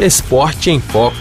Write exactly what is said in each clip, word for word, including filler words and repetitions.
Esporte em Foco.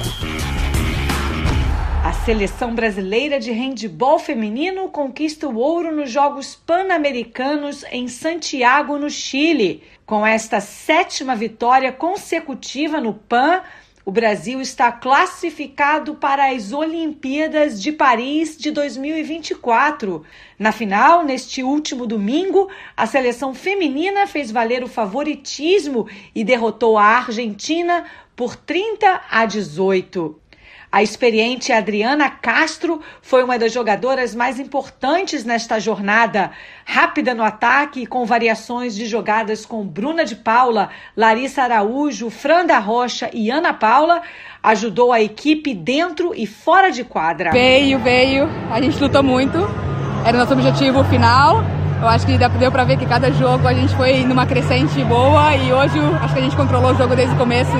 A seleção brasileira de handebol feminino conquista o ouro nos Jogos Pan-Americanos em Santiago, no Chile. Com esta sétima vitória consecutiva no Pan, o Brasil está classificado para as Olimpíadas de Paris de dois mil e vinte e quatro. Na final, neste último domingo, a seleção feminina fez valer o favoritismo e derrotou a Argentina por trinta a dezoito. A experiente Adriana Castro foi uma das jogadoras mais importantes nesta jornada. Rápida no ataque, com variações de jogadas com Bruna de Paula, Larissa Araújo, Fran da Rocha e Ana Paula, ajudou a equipe dentro e fora de quadra. Veio, veio. A gente lutou muito. Era o nosso objetivo final. Eu acho que deu para ver que cada jogo a gente foi numa crescente boa e hoje acho que a gente controlou o jogo desde o começo.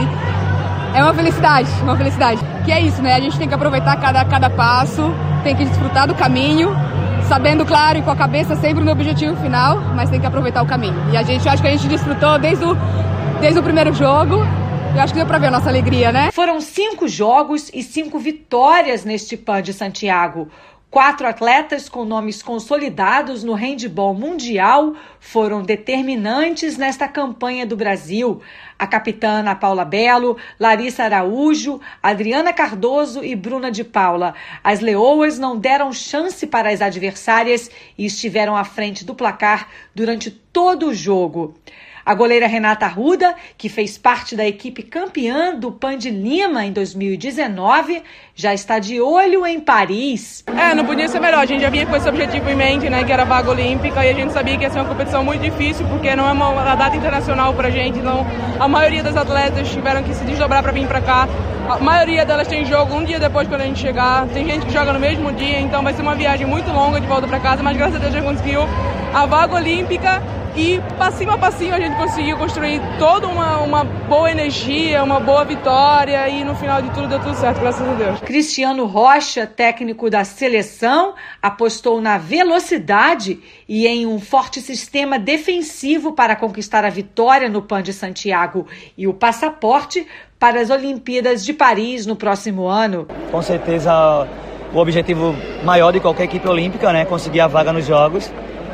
É uma felicidade, uma felicidade. Que é isso, né? A gente tem que aproveitar cada, cada passo, tem que desfrutar do caminho, sabendo, claro, e com a cabeça sempre no objetivo final, mas tem que aproveitar o caminho. E a gente, acho que a gente desfrutou desde o, desde o primeiro jogo. Eu acho que deu para ver a nossa alegria, né? Foram cinco jogos e cinco vitórias neste Pan de Santiago. Quatro atletas com nomes consolidados no handebol mundial foram determinantes nesta campanha do Brasil. A capitã Ana Paula Belo, Larissa Araújo, Adriana Cardoso e Bruna de Paula. As leoas não deram chance para as adversárias e estiveram à frente do placar durante todo o jogo. A goleira Renata Arruda, que fez parte da equipe campeã do Pan de Lima em dois mil e dezenove, já está de olho em Paris. É, não podia ser melhor. A gente já vinha com esse objetivo em mente, né, que era a vaga olímpica, e a gente sabia que ia ser uma competição muito difícil, porque não é uma, uma data internacional pra gente, então a maioria das atletas tiveram que se desdobrar pra vir pra cá. A maioria delas tem jogo um dia depois quando a gente chegar, tem gente que joga no mesmo dia, então vai ser uma viagem muito longa de volta pra casa, mas graças a Deus a gente conseguiu a vaga olímpica. E passinho a passinho a gente conseguiu construir toda uma, uma boa energia, uma boa vitória e no final de tudo deu tudo certo, graças a Deus. Cristiano Rocha, técnico da seleção, apostou na velocidade e em um forte sistema defensivo para conquistar a vitória no Pan de Santiago e o passaporte para as Olimpíadas de Paris no próximo ano. Com certeza o objetivo maior de qualquer equipe olímpica, né, conseguir a vaga nos Jogos.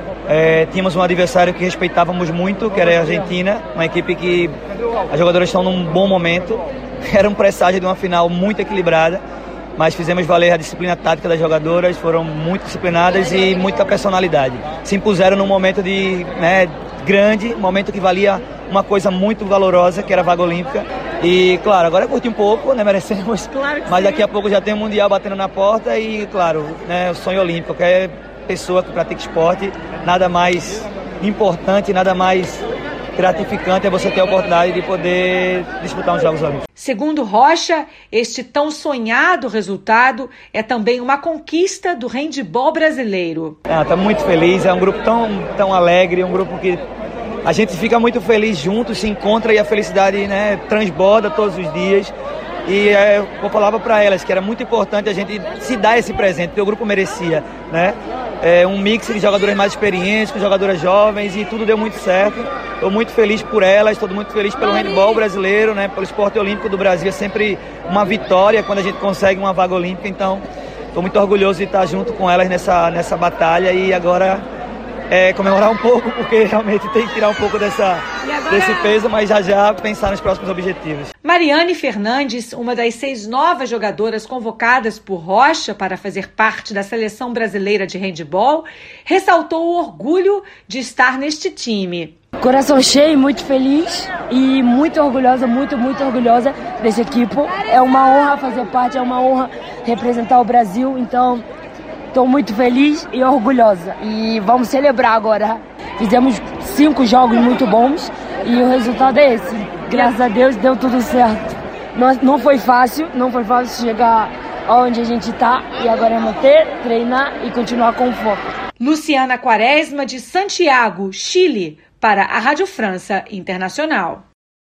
É, tínhamos um adversário que respeitávamos muito, que era a Argentina, uma equipe que as jogadoras estão num bom momento. Era um presságio de uma final muito equilibrada, mas fizemos valer a disciplina tática das jogadoras, foram muito disciplinadas e muita personalidade. Se impuseram num momento de, né, grande, momento que valia uma coisa muito valorosa, que era a vaga olímpica. E, claro, agora curti um pouco, né, merecemos, claro que mas sim. Daqui a pouco já tem o Mundial batendo na porta e, claro, né, o sonho olímpico, qualquer pessoa que pratica esporte, nada mais importante, nada mais gratificante é você ter a oportunidade de poder disputar os Jogos Olímpicos. Segundo Rocha, este tão sonhado resultado é também uma conquista do handebol brasileiro. Está é, muito feliz, é um grupo tão, tão alegre, um grupo que a gente fica muito feliz juntos, se encontra e a felicidade, né, transborda todos os dias. E é, eu falava para elas que era muito importante a gente se dar esse presente, porque o grupo merecia, né? É um mix de jogadoras mais experientes, com jogadoras jovens, e tudo deu muito certo. Estou muito feliz por elas, estou muito feliz pelo handebol brasileiro, né? Pelo esporte olímpico do Brasil. É sempre uma vitória quando a gente consegue uma vaga olímpica, então estou muito orgulhoso de estar junto com elas nessa, nessa batalha e agora é, comemorar um pouco, porque realmente tem que tirar um pouco dessa, agora... desse peso, mas já já pensar nos próximos objetivos. Mariane Fernandes, uma das seis novas jogadoras convocadas por Rocha para fazer parte da seleção brasileira de handebol, ressaltou o orgulho de estar neste time. Coração cheio, muito feliz e muito orgulhosa, muito, muito orgulhosa desse equipe. É uma honra fazer parte, é uma honra representar o Brasil, então estou muito feliz e orgulhosa. E vamos celebrar agora. Fizemos cinco jogos muito bons e o resultado é esse. Graças a Deus deu tudo certo. Não, não foi fácil, não foi fácil chegar onde a gente está e agora é manter, treinar e continuar com foco. Luciana Quaresma, de Santiago, Chile, para a Rádio França Internacional.